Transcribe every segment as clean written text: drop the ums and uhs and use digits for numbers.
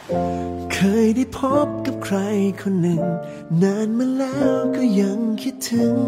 เคยได้พบกับใครคนหนึ่งนานมาแล้วก็ยังคิดถึง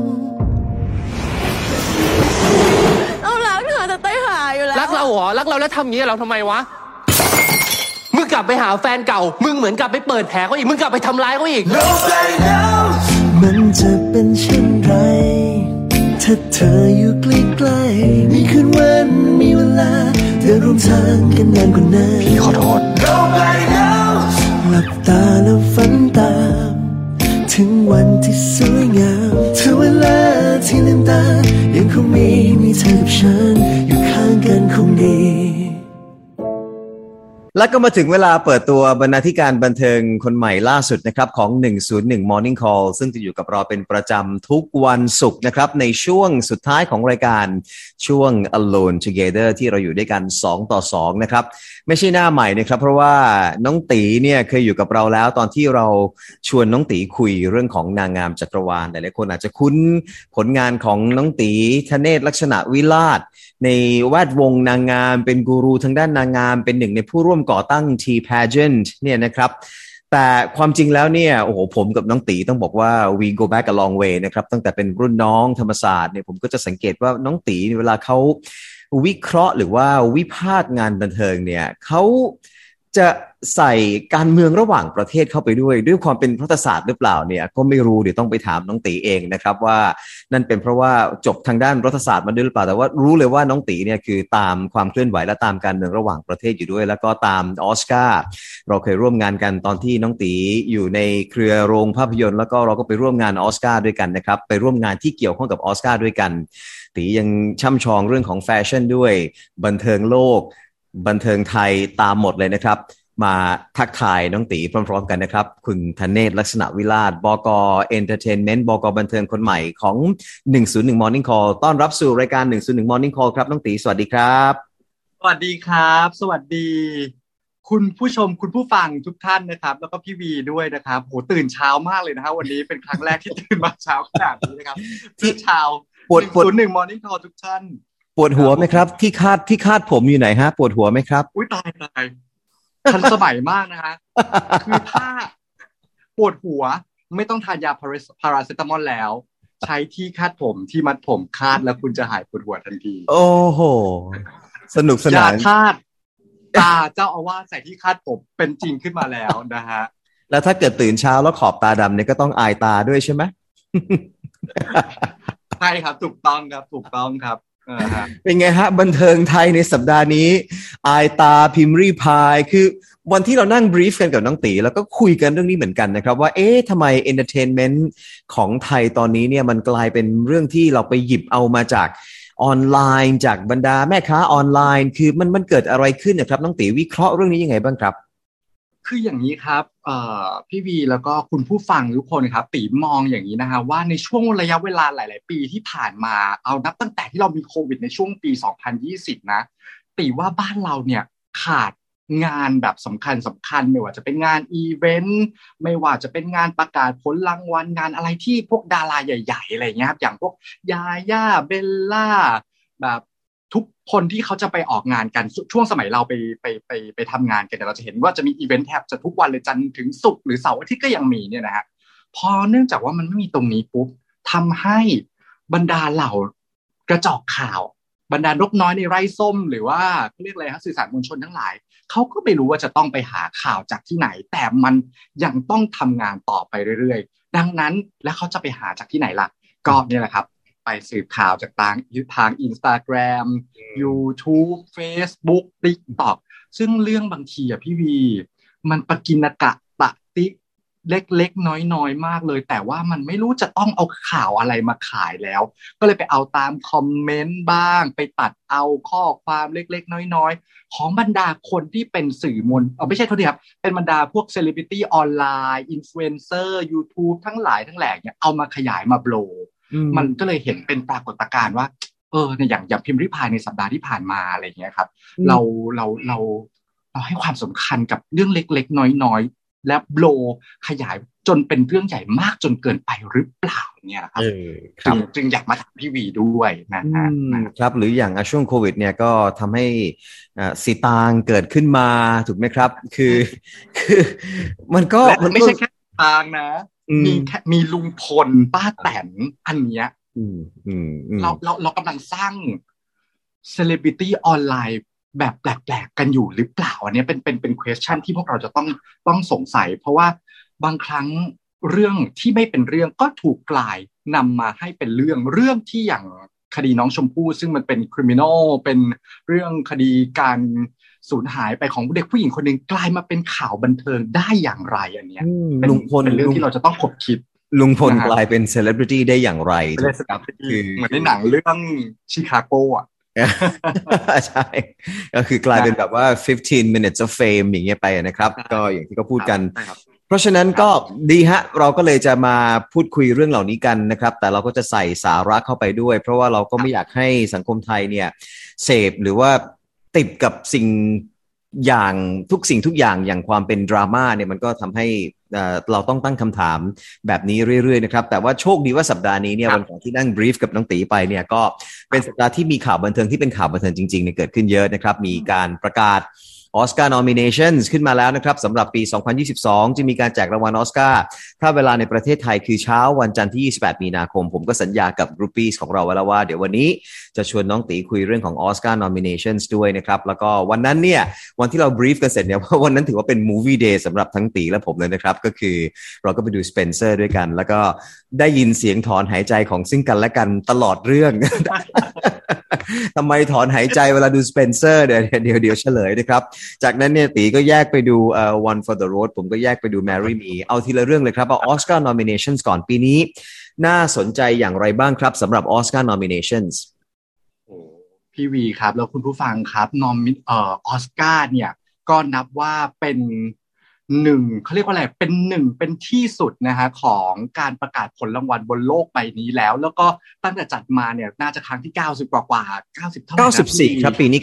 เรารักเธอแต่เต้ยหาอยู่แล้วรักเราเหรอรักเราแล้วทำอย่างนี้เราทำไมวะมึงกลับไปหาแฟนเก่ามึงเหมือนกลับไปเปิดแผลเขาอีกมึงกลับไปทำร้ายเขาอีก Nobody knows มันจะเป็นเช่นไรถ้าเธออยู่ใกล้ๆมีคืนวันมีเวลาเดินร่วมทางกันนานกว่านั้นพี่ขอโทษ Nobody knows หลับตาแล้วฝันตามถึงวันที่สวยงามถึงเวลาที่ลืมตายังคงมีเธอกับฉันอยู่ข้างกันคงดีแล้วก็มาถึงเวลาเปิดตัวบรรณาธิการบันเทิงคนใหม่ล่าสุดนะครับของ101 Morning Call ซึ่งจะอยู่กับเราเป็นประจำทุกวันศุกร์นะครับในช่วงสุดท้ายของรายการช่วง Alone Together ที่เราอยู่ด้วยกัน2 ต่อ 2นะครับไม่ใช่หน้าใหม่นะครับเพราะว่าน้องตีเนี่ยเคยอยู่กับเราแล้วตอนที่เราชวนน้องตีคุยเรื่องของนางงามจักรวาลหลายๆคนอาจจะคุ้นผลงานของน้องตีธเนศลักษณะวิราชในแวดวงนางงามเป็นกูรูทางด้านนางงามเป็นหนึ่งในผู้ร่วมก่อตั้ง T-Pageant เนี่ยนะครับแต่ความจริงแล้วเนี่ยโอ้โหผมกับน้องตีต้องบอกว่า we go back a long way นะครับตั้งแต่เป็นรุ่นน้องธรรมศาสตร์เนี่ยผมก็จะสังเกตว่าน้องตีเวลาเขาวิเคราะห์หรือว่าวิพากษ์งานบันเทิงเนี่ยเขาจะใส่การเมืองระหว่างประเทศเข้าไปด้วยความเป็นรัฐศาสตร์หรือเปล่าเนี่ยก็ไม่รู้เดี๋ยวต้องไปถามน้องตีเองนะครับว่านั่นเป็นเพราะว่าจบทางด้านรัฐศาสตร์มาด้วยหรือเปล่าแต่ว่ารู้เลยว่าน้องตีเนี่ยคือตามความเคลื่อนไหวและตามการเมืองระหว่างประเทศอยู่ด้วยแล้วก็ตามออสการ์เราเคยร่วมงานกันตอนที่น้องตีอยู่ในเครือโรงภาพยนตร์แล้วก็เราก็ไปร่วมงานออสการ์ด้วยกันนะครับไปร่วมงานที่เกี่ยวข้องกับออสการ์ด้วยกันตียังช่ำชองเรื่องของแฟชั่นด้วยบันเทิงโลกบันเทิงไทยตามหมดเลยนะครับมาทักทายน้องตีพร้อมๆกันนะครับคุณธเนศลักษณะวิราชบก.เอนเตอร์เทนเมนต์บก.บันเทิงคนใหม่ของ101 Morning Call ต้อนรับสู่รายการ101 Morning Call ครับน้องตีสวัสดีครับสวัสดีครับสวัสดีคุณผู้ชมคุณผู้ฟังทุกท่านนะครับแล้วก็พี่วีด้วยนะครับโหตื่นเช้ามากเลยนะครับวันนี้เป็นครั้งแรกที่ตื่นมาเช้าขนาดนี้นะครับที่เช้า101 Morning Call ทุกท่านปวดหัวไหมครับที่คาดผมอยู่ไหนฮะปวดหัวไหมครับอุ๊ยตายทันสมัยมากนะฮะคือถ้าปวดหัวไม่ต้องทานยาพาราเซตามอลแล้วใช้ที่คาดผมที่มัดผมคาดแล้วคุณจะหายปวดหัวทันทีโอ้โหสนุกสนานยาคาดตาเจ้าอาวาสใส่ที่คาดผมเป็นจริงขึ้นมาแล้วนะฮะแล้วถ้าเกิดตื่นเช้าแล้วขอบตาดำเนี่ยก็ต้องอายตาด้วยใช่ไหมใช่ครับถูกต้องครับเป็นไงฮะบันเทิงไทยในสัปดาห์นี้อายตาพิมพ์รีพายคือวันที่เรานั่งบรีฟกันกับน้องตีแล้วก็คุยกันเรื่องนี้เหมือนกันนะครับว่าทำไมเอนเตอร์เทนเมนต์ของไทยตอนนี้เนี่ยมันกลายเป็นเรื่องที่เราไปหยิบเอามาจากออนไลน์จากบรรดาแม่ค้าออนไลน์คือมันเกิดอะไรขึ้นนะครับน้องตีวิเคราะห์เรื่องนี้ยังไงบ้างครับคืออย่างนี้ครับพี่วีแล้วก็คุณผู้ฟังทุกคนครับตีมองอย่างนี้นะฮะว่าในช่วงระยะเวลาหลายๆปีที่ผ่านมาเอานับตั้งแต่ที่เรามีโควิดในช่วงปี2020นะตีว่าบ้านเราเนี่ยขาดงานแบบสำคัญไม่ว่าจะเป็นงานอีเวนต์ไม่ว่าจะเป็นงานประกาศผลรางวัลงานอะไรที่พวกดาราใหญ่ๆอะไรเงี้ยครับอย่างพวกยาย่าเบลล่าแบบทุกคนที่เขาจะไปออกงานกันช่วงสมัยเราไปทำงานกันเราจะเห็นว่าจะมีอีเวนต์แทบจะทุกวันเลยจันทร์ถึงศุกร์หรือเสาร์อาทิตย์ก็ยังมีเนี่ยนะฮะพอเนื่องจากว่ามันไม่มีตรงนี้ปุ๊บทำให้บรรดาเหล่ากระจอกข่าวบรรดานกน้อยในไร่ส้มหรือว่าเรียกอะไรครับสื่อสารมวลชนทั้งหลายเขาก็ไม่รู้ว่าจะต้องไปหาข่าวจากที่ไหนแต่มันยังต้องทำงานต่อไปเรื่อยๆดังนั้นแล้วเขาจะไปหาจากที่ไหนล่ะก็เนี่ยแหละครับไปสืบข่าวจากทาง Instagram YouTube Facebook TikTok ซึ่งเรื่องบางทีพี่วีมันปกิณกะปะติเล็กๆน้อยๆมากเลยแต่ว่ามันไม่รู้จะต้องเอาข่าวอะไรมาขายแล้วก็เลยไปเอาตามคอมเมนต์บ้างไปตัดเอาข้อความเล็กๆน้อยๆของบรรดาคนที่เป็นสื่อมวลไม่ใช่โทษทีครับเป็นบรรดาพวกเซเลบริตี้ออนไลน์อินฟลูเอนเซอร์ YouTube ทั้งหลายทั้งแหล่เนี่ยเอามาขยายมาโบว์มันก็เลยเห็นเป็นปรากฏการณ์ว่าเนี่ยอย่างพิมพ์ริพายในสัปดาห์ที่ผ่านมาอะไรอย่างเงี้ยครับเราให้ความสำคัญกับเรื่องเล็กๆน้อยๆและโบว์ขยายจนเป็นเรื่องใหญ่มากจนเกินไปหรือเปล่าเนี่ยนะครับจึงอยากมาถามพี่วีด้วยนะฮะครับหรืออย่างช่วงโควิดเนี่ยก็ทำให้สีตางเกิดขึ้นมาถูกไหมครับคือมันก็ไม่ใช่แค่ตางนะมีลุงพลป้าแตนอันเนี้ยเรากำลังสร้างเซเลบริตี้ออนไลน์แบบแปลกๆกันอยู่หรือเปล่าอันนี้เป็น question ที่พวกเราจะต้องสงสัยเพราะว่าบางครั้งเรื่องที่ไม่เป็นเรื่องก็ถูกกลายนำมาให้เป็นเรื่องที่อย่างคดีน้องชมพู่ซึ่งมันเป็นคริมินอลเป็นเรื่องคดีการสูญหายไปของเด็กผู้หญิงคนหนึ่งกลายมาเป็นข่าวบันเทิงได้อย่างไรอันเนี้ยลุงพลเป็นเรื่องที่เราจะต้องคบคิดลุงพลกลายเป็นเซเลบริตี้ได้อย่างไรคือเหมือนในหนังเรื่องชิคาโกอ่ะใช่ก็คือกลายเป็นแบบว่า15 minutes of fame อย่างเงี้ยไปนะครับก็อย่างที่เขาพูดกันเพราะฉะนั้นก็ดีฮะเราก็เลยจะมาพูดคุยเรื่องเหล่านี้กันนะครับแต่เราก็จะใส่สาระเข้าไปด้วยเพราะว่าเราก็ไม่อยากให้สังคมไทยเนี่ยเสพหรือว่าติดกับสิ่งอย่างทุกสิ่งทุกอย่างอย่างความเป็นดราม่าเนี่ยมันก็ทำให้เราต้องตั้งคำถามแบบนี้เรื่อยๆนะครับแต่ว่าโชคดีว่าสัปดาห์นี้เนี่ยวันก่อนที่นั่งบรีฟกับน้องตีไปเนี่ยก็เป็นสัปดาห์ที่มีข่าวบันเทิงที่เป็นข่าวบันเทิงจริงๆเนี่ยเกิดขึ้นเยอะนะครับมีการประกาศออสการ์ nominations ขึ้นมาแล้วนะครับสำหรับปี 2022 จะมีการแจกรางวัลออสการ์ถ้าเวลาในประเทศไทยคือเช้าวันจันทร์ที่ 28 มีนาคมผมก็สัญญากับกรุ๊ปปี้ของเราไว้แล้วว่าเดี๋ยววันนี้จะชวนน้องตีคุยเรื่องของออสการ์ nominations ด้วยนะครับแล้วก็วันนั้นเนี่ยวันที่เราบรีฟกันเสร็จเนี่ยวันนั้นถือว่าเป็น movie day สำหรับทั้งตีและผมเลยนะครับก็คือเราก็ไปดู Spencer ด้วยกันแล้วก็ได้ยินเสียงถอนหายใจของซึ่งกันและกันตลอดเรื่อง ทำไมถอนหายใจเวลาดู Spencer เดี๋ยวเฉลยนะครับจากนั้นเนี่ยตีก็แยกไปดู One for the Road ผมก็แยกไปดู Marry Me เอาทีละเรื่องเลยครับเอา Oscar nominations ก่อนปีนี้น่าสนใจอย่างไรบ้างครับสำหรับ Oscar nominations พี่วีครับแล้วคุณผู้ฟังครับออสการ์เนี่ยก็นับว่าเป็นหนึ่งเขาเรียกว่าอะไรเป็นที่สุดนะฮะของการประกาศผลรางวัลบนโลกใบนี้แล้วก็ตั้งแต่จัดมาเนี่ยน่าจะครั้งที่90กว่า90เท่าไหร่ 94ครับปีนี้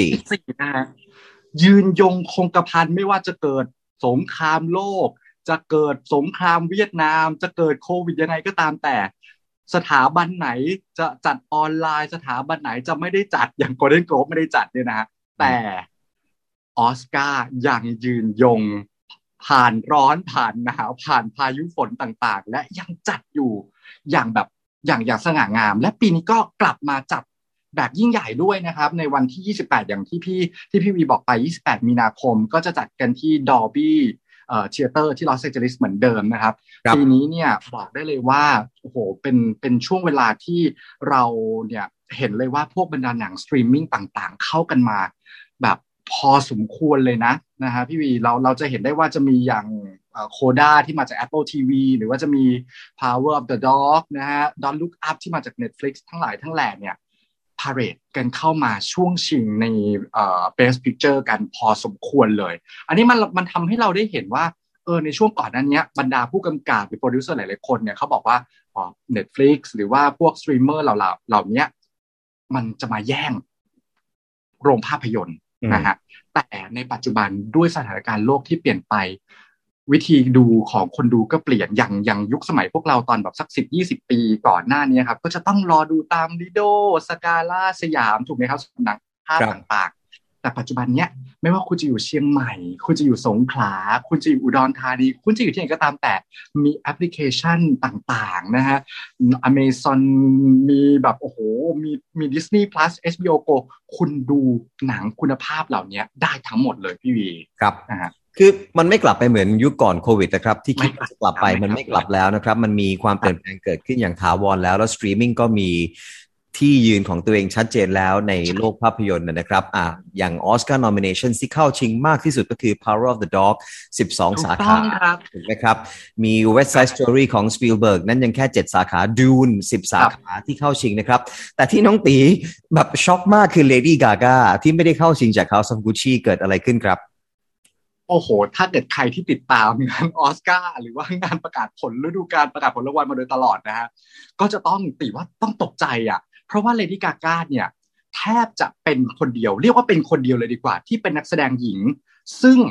94 นะฮะยืนยงคงกระพันไม่ว่าจะเกิดสงครามโลกจะเกิดสงครามเวียดนามจะเกิดโควิดยังไงก็ตามแต่สถาบันไหนจะจัดออนไลน์สถาบันไหนจะไม่ได้จัดอย่าง Golden Globe ไม่ได้จัดเนี่ยนะฮะแต่ออสการ์ยังยืนยงผ่านร้อนผ่านหนาวผ่านพายุฝนต่างๆและยังจัดอยู่อย่างแบบอย่างสง่างามและปีนี้ก็กลับมาจัดแบบยิ่งใหญ่ด้วยนะครับในวันที่28อย่างที่พี่วีบอกไป28มีนาคมก็จะจัดกันที่ Dolby Theater ที่ลอสแองเจลิสเหมือนเดิมนะครับปีนี้เนี่ยบอกได้เลยว่าโอ้โหเป็นช่วงเวลาที่เราเนี่ยเห็นเลยว่าพวกบรรดาหนังสตรีมมิ่งต่างๆเข้ากันมาแบบพอสมควรเลยนะฮะพี่วีเราจะเห็นได้ว่าจะมีอย่างโคด้าที่มาจาก Apple TV หรือว่าจะมี Power of the Dog นะฮะ Don't Look Up ที่มาจาก Netflix ทั้งหลายทั้งแหล่เนี่ยพาเรดกันเข้ามาช่วงชิงในBest Picture กันพอสมควรเลยอันนี้มันทำให้เราได้เห็นว่าในช่วงก่อนนั้นเนี้ยบรรดาผู้กำกับหรือโปรดิวเซอร์หลายๆคนเนี่ยเขาบอกว่าNetflix หรือว่าพวกสตรีมเมอร์เหล่านี้มันจะมาแย่งโรงภาพยนตร์นะฮะแต่ในปัจจุบันด้วยสถานการณ์โลกที่เปลี่ยนไปวิธีดูของคนดูก็เปลี่ยนอย่างยุคสมัยพวกเราตอนแบบสัก10-20 ปีก่อนหน้านี้ครับก็จะต้องรอดูตามลิโดสกาล่าสยามถูกไหมครับหนังภาพต่างๆแต่ปัจจุบันเนี้ยไม่ว่าคุณจะอยู่เชียงใหม่คุณจะอยู่สงขลาคุณจะอยู่อุดรธานีคุณจะอยู่ที่ไหนก็ตามแต่มีแอปพลิเคชันต่างๆนะฮะ Amazon มีแบบโอ้โหมี Disney Plus HBO Go คุณดูหนังคุณภาพเหล่านี้ได้ทั้งหมดเลยพี่วีครับนะฮะคือมันไม่กลับไปเหมือนยุคก่อนโควิดนะครับที่คิดว่าจะกลับไปมันไม่กลับแล้วนะครับมันมีความเปลี่ยนแปลงเกิดขึ้นอย่างถาวรแล้วสตรีมมิ่งก็มีที่ยืนของตัวเองชัดเจนแล้วในโลกภาพยนตร์นะครับอย่าง Oscar nominations ที่เข้าชิงมากที่สุดก็คือ Power of the Dog 12 สาขาถูกไหมครับมี West Side Story ของ Spielberg นั้นยังแค่7 สาขา Dune 10 สาขาที่เข้าชิงนะครับแต่ที่น้องตีแบบช็อกมากคือ Lady Gaga ที่ไม่ได้เข้าชิงจาก House of Gucci เกิดอะไรขึ้นครับโอ้โหถ้าเกิดใครที่ติดตามงานออสการ์หรือว่างานประกาศผลฤดูกาลประกาศผลรางวัลมาโดยตลอดนะฮะก็จะต้องติว่าต้องตกใจอ่ะเพราะว่าเลดี้กาก้าเนี่ยแทบจะเป็นคนเดียวเรียกว่าเป็นคนเดียวเลยดีกว่าที่เป็นนักแสดงหญิงซึ่ง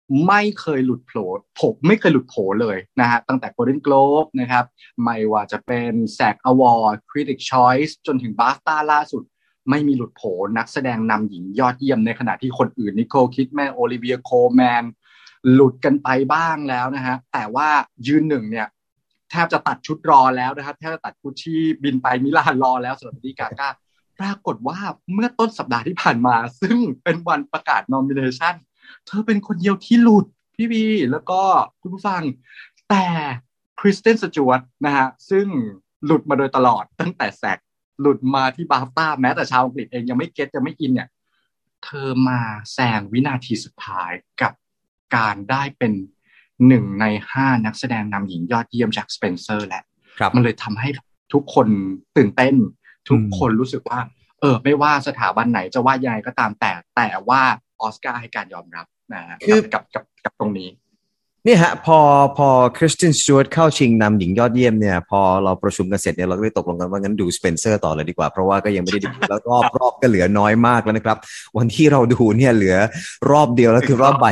ไม่เคยหลุดโผผมไม่เคยหลุดโผเลยนะฮะตั้งแต่ Golden Globe นะครับไม่ว่าจะเป็น SAG Award Critics' Choice จนถึง BAFTA ล่าสุดไม่มีหลุดโผนักแสดงนำหญิงยอดเยี่ยมในขณะที่คนอื่นนิโคลคิดแมนโอลิเวียโคลแมนหลุดกันไปบ้างแล้วนะฮะแต่ว่ายืนหนึ่งเนี่ยแทบจะตัดชุดรอแล้วนะครับแทบจะตัดชุดที่บินไปมิลานรอแล้วสำหรับเลดี้กาก้าปรากฏว่าเมื่อต้นสัปดาห์ที่ผ่านมาซึ่งเป็นวันประกาศนอมิเนชั่นเธอเป็นคนเดียวที่หลุดพี่บีแล้วก็คุณผู้ฟังแต่คริสเตนสจวตนะฮะซึ่งหลุดมาโดยตลอดตั้งแต่แซกหลุดมาที่บาฟต้าแม้แต่ชาวอังกฤษเองยังไม่เก็ตยังไม่อินเนี่ยเธอมาแซงวินาทีสุดท้ายกับการได้เป็น1 ใน 5นักแสดงนำหญิงยอดเยี่ยมจากสเปนเซอร์แหละมันเลยทำให้ทุกคนตื่นเต้นทุกคนรู้สึกว่าไม่ว่าสถาบันไหนจะว่ายังไงก็ตามแต่ว่าออสการ์ให้การยอมรับนะคือกับตรงนี้นี่ฮะพอคริสตินสจ๊วตเข้าชิงนำหญิงยอดเยี่ยมเนี่ยพอเราประชุมกันเสร็จเนี่ยเราก็ได้ตกลงกันว่างั้นดูสเปนเซอร์ต่อเลยดีกว่าเพราะว่าก็ยังไม่ได้ดูแล้วรอบก็เหลือน้อยมากแล้วนะครับวันที่เราดูเนี่ยเหลือรอบเดียวแล้วคือรอบบ่าย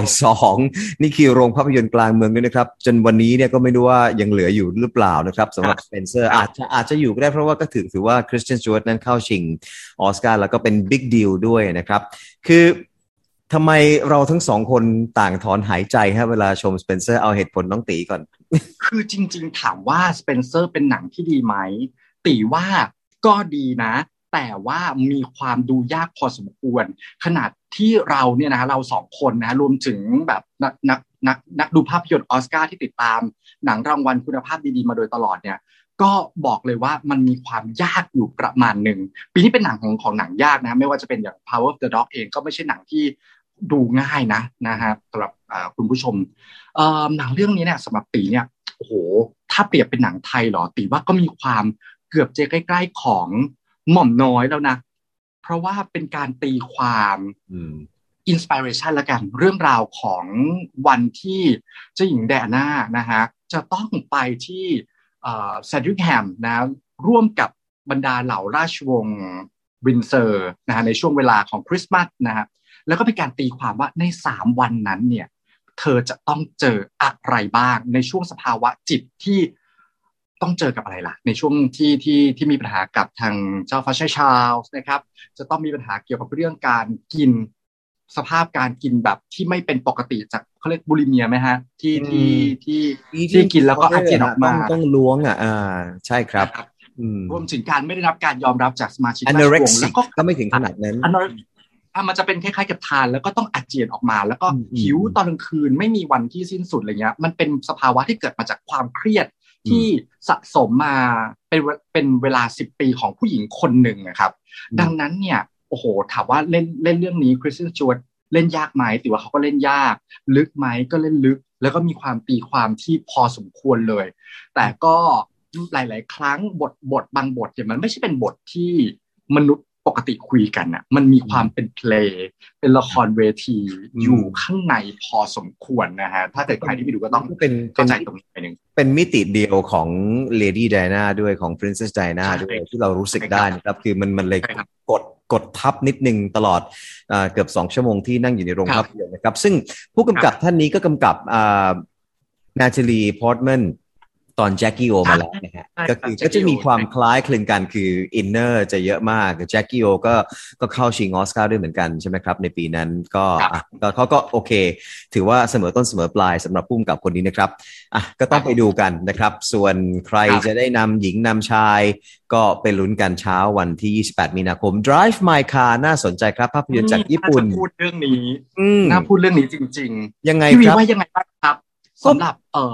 2นี่คือโรงภาพยนตร์กลางเมืองด้วยนะครับจนวันนี้เนี่ยก็ไม่รู้ว่ายังเหลืออยู่หรือเปล่านะครับสำหรับสเปนเซอร์อาจจะอยู่ก็ได้เพราะว่าก็ถือว่าคริสตินสจ๊วตนั้นเข้าชิงออสการ์แล้วก็เป็นบิ๊กดีลด้วยนะครับคือทำไมเราทั้งสองคนต่างถอนหายใจฮะเวลาชมสเปนเซอร์เอาเหตุผลน้องตีก่อนคือจริงๆถามว่าสเปนเซอร์เป็นหนังที่ดีไหมตีว่าก็ดีนะแต่ว่ามีความดูยากพอสมควรขนาดที่เราเนี่ยนะเราสองคนนะรวมถึงแบบนักดูภาพยนตร์ออสการ์ที่ติดตามหนังรางวัลคุณภาพดีๆมาโดยตลอดเนี่ยก็บอกเลยว่ามันมีความยากอยู่ประมาณหนึ่งปีนี้เป็นหนังของหนังยากนะไม่ว่าจะเป็นอย่าง Power of the Dog เองก็ไม่ใช่หนังที่ดูง่ายนะฮะสำหรับคุณผู้ชมหนังเรื่องนี้เนี่ยสำหรับตีเนี่ยโอ้โหถ้าเปรียบเป็นหนังไทยเหรอตีว่าก็มีความเกือบจะใกล้ๆของหม่อมน้อยแล้วนะเพราะว่าเป็นการตีความอินสปิเรชันละกันเรื่องราวของวันที่เจ้าหญิงไดอาน่านะฮะจะต้องไปที่แซนดริกแฮมนะร่วมกับบรรดาเหล่าราชวงศ์วินเซอร์นะฮะในช่วงเวลาของคริสต์มาสนะฮะแล้วก็เป็นการตีความว่าใน3วันนั้นเนี่ยเธอจะต้องเจออะไรบ้างในช่วงสภาวะจิตที่ต้องเจอกับอะไรล่ะในช่วงที่มีปัญหากับทางเจ้าฟ้าชายชาร์ลส์นะครับจะต้องมีปัญหาเกี่ยวกับเรื่องการกินสภาพการกินแบบที่ไม่เป็นปกติจากเขาเรียกบูลิเมียไหมฮะที่กินแล้วก็อาเจียนออกมาต้องล้วงใช่ครับรวมถึงการไม่ได้รับการยอมรับจากสมาชิกราชวงศ์แล้วก็ไม่ถึงขนาดนั้นมันจะเป็นคล้ายๆกับทานแล้วก็ต้องอาเจียนออกมาแล้วก็หิวตอนกลางคืนไม่มีวันที่สิ้นสุดอะไรเงี้ยมันเป็นสภาวะที่เกิดมาจากความเครียดที่สะสมมาเป็นเวลา10 ปีของผู้หญิงคนหนึ่งนะครับดังนั้นเนี่ยโอ้โหถามว่าเล่นเรื่องนี้คริสติน สจ๊วตเล่นยากไหมถือว่าเขาก็เล่นยากลึกไหมก็เล่นลึกแล้วก็มีความตีความที่พอสมควรเลยแต่ก็หลายๆครั้งบทบางบทเนี่ยมันไม่ใช่เป็นบทที่มนุษย์ปกติคุยกันน่ะมันมีความเป็นเพลย์เป็นละครเวทีอยู่ข้างในพอสมควรนะฮะถ้าเกิดใครที่ไปดูก็ต้องเข้าใจตรงนี้ไปนึงเป็นมิติเดียวของ Lady Diana ด้วยของ Princess Diana ด้วยที่เรารู้สึกได้นะครับคือมันเลยกดทับนิดนึงตลอดเกือบ2 ชั่วโมงที่นั่งอยู่ในโรงภาพยนตร์นะครับซึ่งผู้กำกับท่านนี้ก็กำกับนาตาลีพอร์ตแมนตอนแจ็คกี้โอมาแล้วนะฮะก็จะมีความคล้ายคลึงกันคืออินเนอร์จะเยอะมากแจ็คกี้โอก็เข้าชิงออสการ์ด้วยเหมือนกันใช่ไหมครับในปีนั้นก็เขาก็โอเคถือว่าเสมอต้นเสมอปลายสำหรับผู้กำกับคนนี้นะครับก็ต้องไปดูกันนะครับส่วนใครจะได้นำหญิงนำชายก็ไปลุ้นกันเช้าวันที่28 มีนาคม Drive My Car น่าสนใจครับภาพยนตร์จากญี่ปุ่นพูดเรื่องนี้น่าพูดเรื่องนี้จริงๆยังไงครับพี่วีว่ายังไงบ้างครับสำหรับ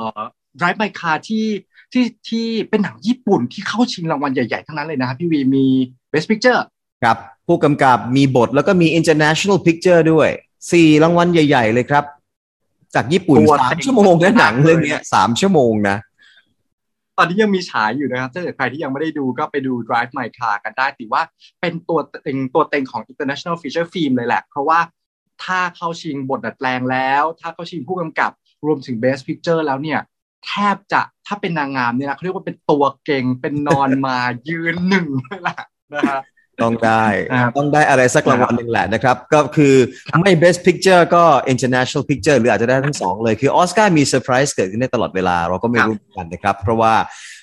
Drive My Car ที่เป็นหนังญี่ปุ่นที่เข้าชิงรางวัลใหญ่ๆทั้งนั้นเลยนะครับพี่วีมี Best Picture ครับผู้กำกับมีบทแล้วก็มี International Picture ด้วย4 รางวัลใหญ่ๆเลยครับจากญี่ปุ่น3 ชั่วโมงนะหนังเรื่องนี้3 ชั่วโมงนะตอนนี้ยังมีฉายอยู่นะครับถ้าเกิดใครที่ยังไม่ได้ดูก็ไปดู Drive My Car กันได้ถือว่าเป็นตัวเต็งของ International Feature Film เลยแหละเพราะว่าถ้าเข้าชิงบทดัดแปลงแล้วถ้าเข้าชิงผู้กำกับรวมถึง Best Picture แล้วเนี่ยแทบจะถ้าเป็นนางงามเนี่ยนะเขาเรียกว่าเป็นตัวเก่งเป็นนอนมายืนหนึ่งเลยล่ะนะฮะต้องได้ครับต้องได้อะไรสักรางวัลหนึ่งแหละนะครับก็คือไม่ best picture ก็ international picture หรืออาจจะได้ทั้งสองเลยคือออสการ์มีเซอร์ไพรส์เกิดขึ้นได้ตลอดเวลาเราก็ไม่รู้เหมือนกันนะครับเพราะว่า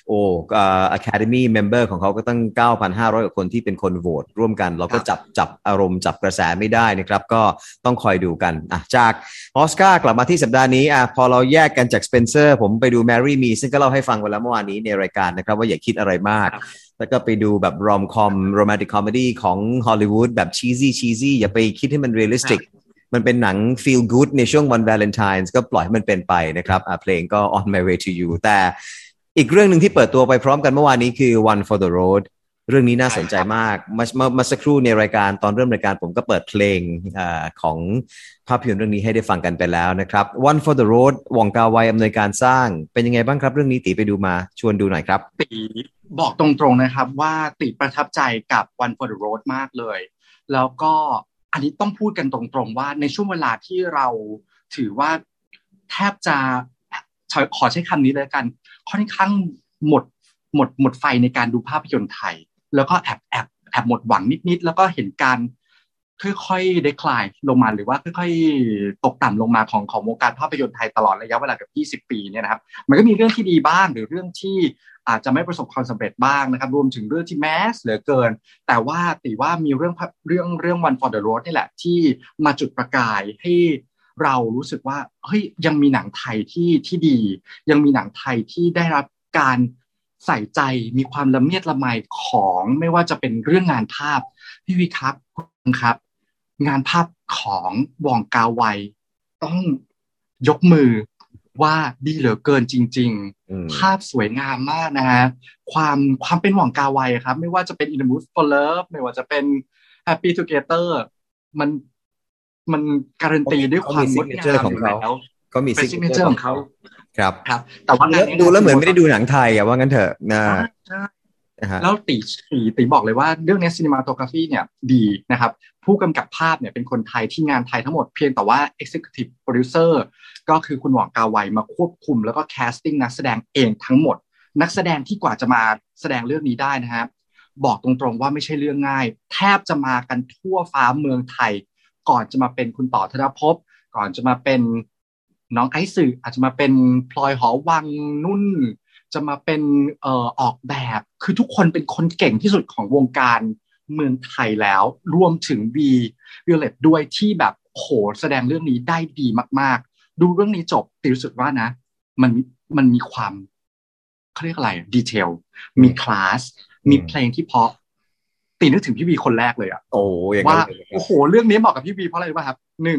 Academy member ของเขาก็ตั้ง 9,500 กว่าคนที่เป็นคนโหวตร่วมกันเราก็จับอารมณ์จับกระแสไม่ได้นะครับก็ต้องคอยดูกันจากออสการ์กลับมาที่สัปดาห์นี้พอเราแยกกันจากสเปนเซอร์ผมไปดู Marry Me ซึ่งก็เล่าให้ฟังไปแล้วเมื่อวานนี้ในรายการนะครับว่าอย่าคิดอะไรมากแล้วก็ไปดูแบบรอมคอมโรแมนติกคอมเมดี้ของฮอลลีวูดแบบชีซี่อย่าไปคิดให้มันเรียลลิสติกมันเป็นหนัง feel good ในช่วงวัน Valentine's ก็ปล่อยให้มันเป็นไปนะครับเพลงก็ On My Way to You แต่อีกเรื่องหนึ่งที่เปิดตัวไปพร้อมกันเมื่อวานนี้คือ One for the Road เรื่องนี้น่าสนใจมากมาสักครู่ในรายการตอนเริ่มรายการผมก็เปิดเพลงของภาพยนตร์เรื่องนี้ให้ได้ฟังกันไปแล้วนะครับ One for the Road หว่องกาไวอำนวยการสร้างเป็นยังไงบ้างครับเรื่องนี้ตีไปดูมาชวนดูหน่อยครับตีบอกตรงๆนะครับว่าตีประทับใจกับ One for the Road มากเลยแล้วก็อันนี้ต้องพูดกันตรงๆว่าในช่วงเวลาที่เราถือว่าแทบจะขอใช้คำนี้เลยกันค่อนข้างหมดไฟในการดูภาพยนตร์ไทยแล้วก็แอบหมดหวังนิดๆแล้วก็เห็นการค่อยๆ decline ลงมาหรือว่าค่อยๆตกต่ำลงมาของวงการภาพยนตร์ไทยตลอดระยะเวลากับ20 ปีเนี่ยนะครับมันก็มีเรื่องที่ดีบ้างหรือเรื่องที่อาจจะไม่ประสบความสำเร็จบ้างนะครับรวมถึงเรื่องที่แมสเหลือเกินแต่ว่าตีว่ามีเรื่อง One for the Road นี่แหละที่มาจุดประกายให้เรารู้สึกว่าเฮ้ยยังมีหนังไทยที่ดียังมีหนังไทยที่ได้รับการใส่ใจมีความละเมียดละไมของไม่ว่าจะเป็นเรื่องงานภาพพี่วิครับงานภาพของหว่องกาไวต้องยกมือว่าดีเหลือเกินจริงๆภาพสวยงามมากนะฮะความเป็นหว่องกาไวครับไม่ว่าจะเป็น In the Mood for Love ไม่ว่าจะเป็น Happy Together มันการันตีด้วยความงดงามของเขาก็มีซิกเนเจอร์ของเขาครับแต่ว่าดูแล้วเหมือนไม่ได้ดูหนังไทยว่างั้นเถอะนะแล้วตีบอกเลยว่าเรื่องนี้ cinematography เนี่ยดีนะครับผู้กำกับภาพเนี่ยเป็นคนไทยที่งานไทยทั้งหมดเพียงแต่ว่า executive producer ก็คือคุณหว่องกาไวมาควบคุมแล้วก็ casting นักแสดงเองทั้งหมดนักแสดงที่กว่าจะมาแสดงเรื่องนี้ได้นะฮะบอกตรงๆว่าไม่ใช่เรื่องง่ายแทบจะมากันทั่วฟ้าเมืองไทยก่อนจะมาเป็นคุณต่อธนภพก่อนจะมาเป็นน้องไอซ์สื่ออาจจะมาเป็นพลอยหอวังนุ่นจะมาเป็นออกแบบคือทุกคนเป็นคนเก่งที่สุดของวงการเมืองไทยแล้วรวมถึงViolet ด้วยที่แบบโหแสดงเรื่องนี้ได้ดีมากๆดูเรื่องนี้จบตีรู้สึกว่านะมันมีความเขาเรียกอะไรดีเทลมีคลาสมีเพลงที่เพราะตีนึกถึงพี่วีคนแรกเลยอะว่าโอ้โหเรื่องนี้เหมาะกับพี่วีเพราะอะไรรู้ป่ะครับ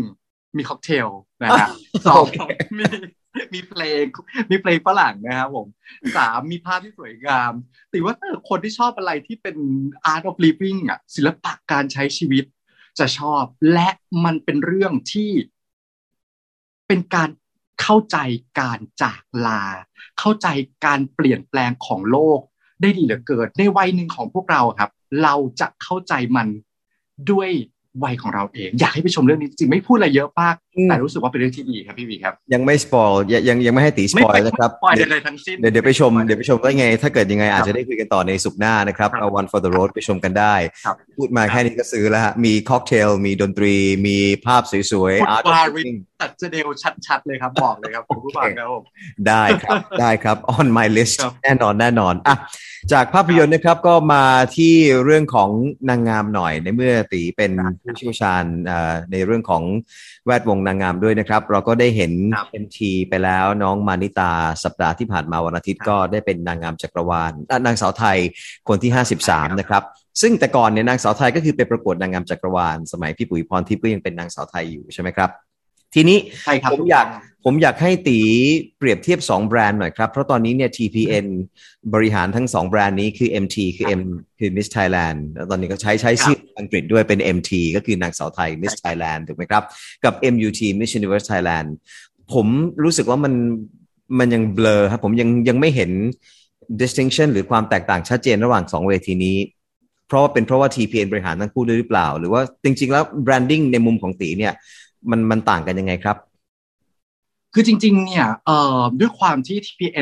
1มีค็อกเทลนะครับ2มีเพลงฝรั่งนะครับผม3มีภาพที่สวยงามติว่าคนที่ชอบอะไรที่เป็น art of living อ่ะศิลปะการใช้ชีวิตจะชอบและมันเป็นเรื่องที่เป็นการเข้าใจการจากลาเข้าใจการเปลี่ยนแปลงของโลกได้ดีเหลือเกินในวัยหนึ่งของพวกเราครับเราจะเข้าใจมันด้วยวัยของเราเองอยากให้ไปชมเรื่องนี้จริงไม่พูดอะไรเยอะมากแต่รู้สึกว่าเป็นเรื่องที่ดีครับพี่วีครับยังไม่สปอยยังไม่ให้ตีสปอยนะครับเดี๋ยวไปชมได้ไงถ้าเกิดยังไงอาจจะได้คุยกันต่อในศุกร์หน้านะครับเอา One for the Road ไปชมกันได้พูดมาแค่นี้ก็ซื้อแล้วฮะมีค็อกเทลมีดนตรีมีภาพสวยๆอาร์ตตัดเดลชัดๆเลยครับบอกเลยครับผู้ฟังครับผมได้ครับ on my list แน่นอนอ่ะจากภาพยนตร์นะครับก็มาที่เรื่องของนางงามหน่อยในเมื่อตีเป็นผู้เชี่ยวชาญในเรื่องของแวดวงนางงามด้วยนะครับเราก็ได้เห็น MT ไปแล้วน้องมานิตาสัปดาห์ที่ผ่านมาวันอาทิตย์ก็ได้เป็นนางงามจักรวาลนางสาวไทยคนที่53นะครับซึ่งแต่ก่อนเนี่ยนางสาวไทยก็คือไปประกวดนางงามจักรวาลสมัยพี่ปุ๋ยพรทิพย์ก็ยังเป็นนางสาวไทยอยู่ใช่ไหมครับทีนี้ผมอยากให้ตีเปรียบเทียบ2แบรนด์หน่อยครับเพราะตอนนี้เนี่ย TPN บริหารทั้ง2แบรนด์นี้คือ MT คือ Miss Thailand แล้วตอนนี้ก็ใช้ชื่ออังกฤษด้วยเป็น MT ก็คือนางสาวไทย Miss Thailand ถูกไหมครับกับ MUT Miss Universe Thailand ผมรู้สึกว่ามันยังเบลอครับผมยังไม่เห็น distinction หรือความแตกต่างชัดเจนระหว่าง2เวทีนี้เพราะว่า TPN บริหารทั้งคู่ด้วยหรือเปล่าหรือว่าจริงๆแล้ว branding ในมุมของตีเนี่ยมันต่างกันยังไงครับคือจริงๆเนี่ยด้วยความที่ TPN เนี่ย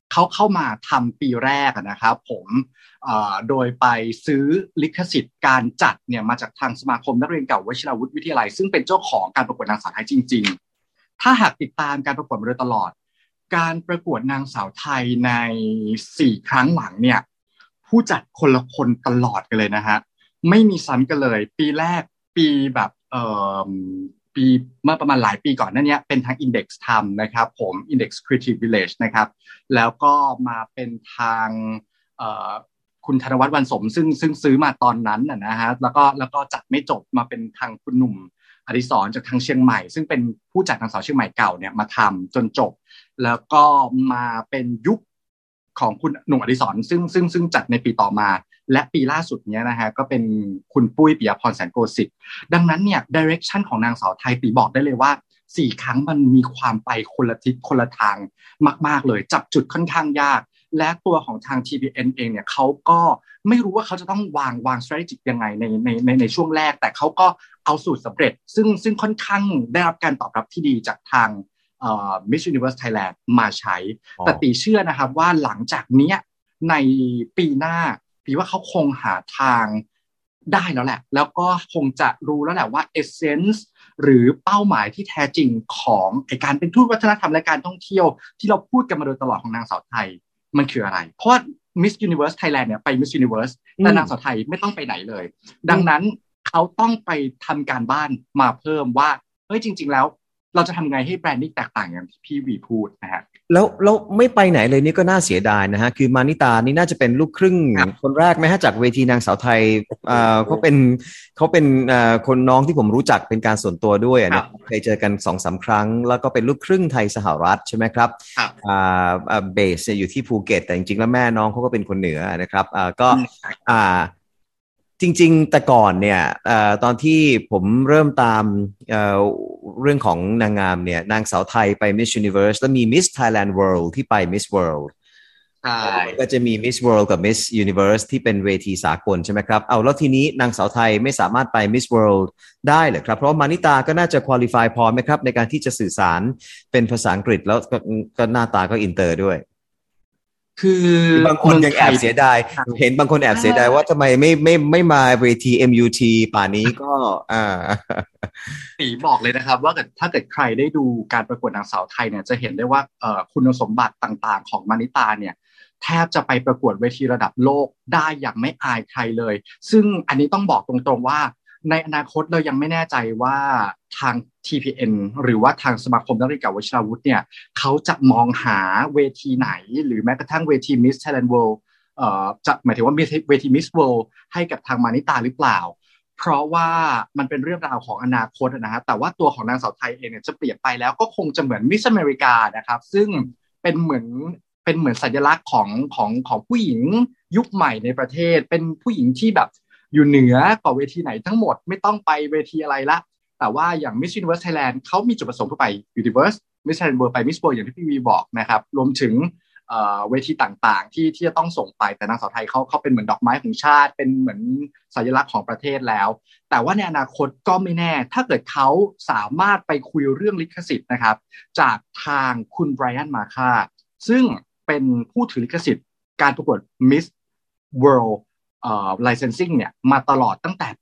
เขาเข้ามาทำปีแรกนะครับผมโดยไปซื้อลิขสิทธิ์การจัดเนี่ยมาจากทางสมาคมนักเรียนเก่าวชิรวุฒิวิทยาลัยซึ่งเป็นเจ้าของการประกวดนางสาวไทยจริงๆถ้าหากติดตามการประกวดมาโดยตลอดการประกวดนางสาวไทยใน4ครั้งหลังเนี่ยผู้จัดคนละคนตลอดกันเลยนะฮะไม่มีซ้ำกันเลยปีแรกปีแบบปีเมื่อประมาณหลายปีก่อนนั่นเนี่ยเป็นทาง Index ทำนะครับผม Index Creative Village นะครับแล้วก็มาเป็นทางคุณธนวัฒน์วรรณสมซึ่งซื้อมาตอนนั้นนะฮะแล้วก็จัดไม่จบมาเป็นทางคุณหนุ่มอดิศรจากทางเชียงใหม่ซึ่งเป็นผู้จัดนางสาวเชียงใหม่เก่าเนี่ยมาทำจนจบแล้วก็มาเป็นยุคของคุณหนุ่มอดิศรซึ่งจัดในปีต่อมาและปีล่าสุดเนี้ยนะฮะก็เป็นคุณปุ้ยปิยพรแสนโกสิทธิ์ดังนั้นเนี่ยดิเรกชันของนางสาวไทยตีบอกได้เลยว่า4ครั้งมันมีความไปคนละทิศคนละทางมากๆเลยจับจุดค่อนข้างยากและตัวของทาง TPN เองเนี่ยเขาก็ไม่รู้ว่าเขาจะต้องวาง strategy ยังไงในช่วงแรกแต่เขาก็เอาสูตรสำเร็จซึ่งค่อนข้างได้รับการตอบรับที่ดีจากทางMiss Universe Thailand มาใช้แต่ตีเชื่อนะครับว่าหลังจากนี้ในปีหน้าตีว่าเขาคงหาทางได้แล้วแหละแล้วก็คงจะรู้แล้วแหละว่า essence หรือเป้าหมายที่แท้จริงของการเป็นทูตวัฒนธรรมและการท่องเที่ยวที่เราพูดกันมาโดยตลอดของนางสาวไทยมันคืออะไรเพราะ Miss Universe Thailand เนี่ยไป Miss Universe แต่นางสาวไทยไม่ต้องไปไหนเลยดังนั้นเขาต้องไปทำการบ้านมาเพิ่มว่าเฮ้ยจริงๆแล้วเราจะทำไงให้แบรนดิ้งแตกต่างอย่างที่พี่วีพูดนะฮะแล้วไม่ไปไหนเลยนี่ก็น่าเสียดายนะฮะคือมานิตานี่น่าจะเป็นลูกครึ่งคนแรกไหมฮะจากเวทีนางสาวไทยเขาเป็นคนน้องที่ผมรู้จักเป็นการส่วนตัวด้วยนะเคยเจอกัน 2-3 ครั้งแล้วก็เป็นลูกครึ่งไทยสหรัฐใช่ไหมครับเบสอยู่ที่ภูเก็ตแต่จริงๆแล้วแม่น้องเขาก็เป็นคนเหนือนะครับก็จริงๆแต่ก่อนเนี่ยตอนที่ผมเริ่มตามเรื่องของนางงามเนี่ยนางสาวไทยไป Miss Universe แล้วมี Miss Thailand World ที่ไป Miss World ก็จะมี Miss World กับ Miss Universe ที่เป็นเวทีสากลใช่ไหมครับเอาแล้วทีนี้นางสาวไทยไม่สามารถไป Miss World ได้เหรอครับเพราะมานิตาก็น่าจะ qualify พอไหมครับในการที่จะสื่อสารเป็นภาษาอังกฤษแล้วก็หน้าตาก็อินเตอร์ด้วยคือบางคนยังแอบเสียดายเห็นบางคนแอบเสียดายว่าทำไมไม่มาเวที MUT ป่านนี้ก็ตีบอกเลยนะครับว่าถ้าเกิดใครได้ดูการประกวดนางสาวไทยเนี่ยจะเห็นได้ว่าคุณสมบัติต่างๆของมานิตาเนี่ยแทบจะไปประกวดเวทีระดับโลกได้อย่างไม่อายใครเลยซึ่งอันนี้ต้องบอกตรงๆว่าในอนาคตเรายังไม่แน่ใจว่าทาง TPN หรือว่าทางสมาคมนักเรียนเก่าวชิรวุฒิเนี่ยเขาจะมองหาเวทีไหนหรือแม้กระทั่งเวที Miss Thailand World จะหมายถึงว่าเวที Miss World ให้กับทางมานิตาหรือเปล่าเพราะว่ามันเป็นเรื่องราวของอนาคตนะฮะแต่ว่าตัวของนางสาวไทยเองเนี่ยจะเปลี่ยนไปแล้วก็คงจะเหมือน Miss America นะครับซึ่งเป็นเหมือนสัญลักษณ์ของผู้หญิงยุคใหม่ในประเทศเป็นผู้หญิงที่แบบอยู่เหนือกว่าเวทีไหนทั้งหมดไม่ต้องไปเวทีอะไรละแต่ว่าอย่าง Miss Universe Thailand เขามีจุดประสงค์เพื่อไป Universe Miss Thailand World ไป Miss World อย่างที่พี่วีบอกนะครับรวมถึงเวทีต่างๆที่จะต้องส่งไปแต่นางสาวไทยเขาเป็นเหมือนดอกไม้ของชาติเป็นเหมือนสัญลักษณ์ของประเทศแล้วแต่ว่าในอนาคตก็ไม่แน่ถ้าเกิดเขาสามารถไปคุยเรื่องลิขสิทธิ์นะครับจากทางคุณไบรอันมาค่าซึ่งเป็นผู้ถือลิขสิทธิ์การประกวด Miss World licensing เนี่ยมาตลอดตั้งแต่ปี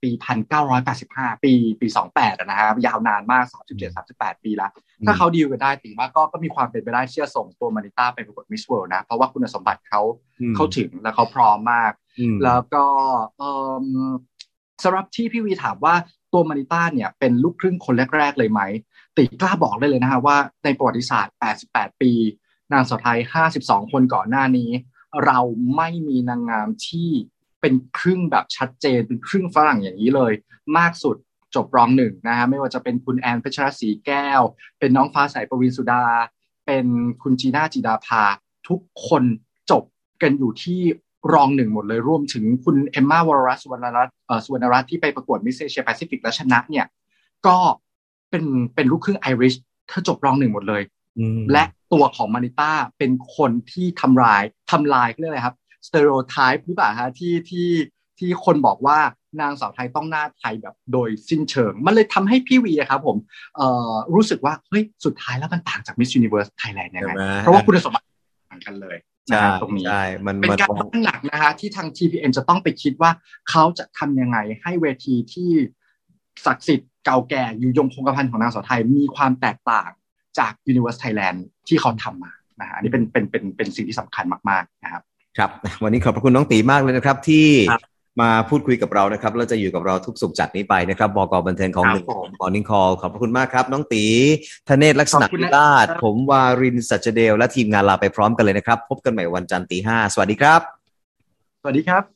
1985 ปี28นะครับยาวนานมาก 37-38 ปีแล้วถ้าเขาดีลกันได้ถือว่าก็มีความเป็นไปได้เชื่อส่งตัวมานิต้าไปประกวด Miss World นะเพราะว่าคุณสมบัติเขาถึงและเขาพร้อมมากแล้วก็สำหรับที่พี่วีถามว่าตัวมานิต้าเนี่ยเป็นลูกครึ่งคนแรกๆเลยไหมติกล้าบอกได้เลยนะฮะว่าในประวัติศาสตร์88 ปีนางสาวไทย52 คนก่อนหน้านี้เราไม่มีนางงามที่เป็นครึ่งแบบชัดเจนเป็นครึ่งฝรั่งอย่างนี้เลยมากสุดจบรอง1นะฮะไม่ว่าจะเป็นคุณแอนเพชรศรีแก้วเป็นน้องฟ้าใสประวินสุดาเป็นคุณจีน่าจิดาภาทุกคนจบกันอยู่ที่รอง1หมดเลยรวมถึงคุณเอมม่าวรรัตน์สุวรรณรัตน์ที่ไปประกวดมิสเอเชียแปซิฟิกและชนะเนี่ยก็เป็นลูกครึ่งไอริชเธอจบรอง1หมดเลยและตัวของมานิต้าเป็นคนที่ทำลายเรื่องอะไรครับสเตอริโอไทป์หรือเปล่าฮะที่คนบอกว่านางสาวไทยต้องหน้าไทยแบบโดยสิ้นเชิงมันเลยทำให้พี่วีครับผมรู้สึกว่าเฮ้ยสุดท้ายแล้วมันต่างจาก Miss Universe Thailand ยังไงเพราะว่าคุณสมบัติต่างกันเลยนะฮะตรงนี้เป็นการบ้านหลักนะฮะที่ทาง TPN จะต้องไปคิดว่าเขาจะทำยังไงให้เวทีที่ศักดิ์สิทธิ์เก่าแก่อยู่ยงคงกระพันของนางสาวไทยมีความแตกต่างจาก Universe Thailand ที่เขาทำมานะฮะอันนี้เป็นสิ่งที่สำคัญมากๆนะครับครับวันนี้ขอบพระคุณน้องตีมากเลยนะครับที่มาพูดคุยกับเรานะครับแล้วจะอยู่กับเราทุกสุขจากนี้ไปนะครับบก.บันเทิงของMorning Call ขอบพระคุณมากครับน้องตีธเนศลักษณะวิราชผมวารินทร์สัจเดลและทีมงานลาไปพร้อมกันเลยนะครับพบกันใหม่วันจันทร์ 5:00 น.สวัสดีครับสวัสดีครับ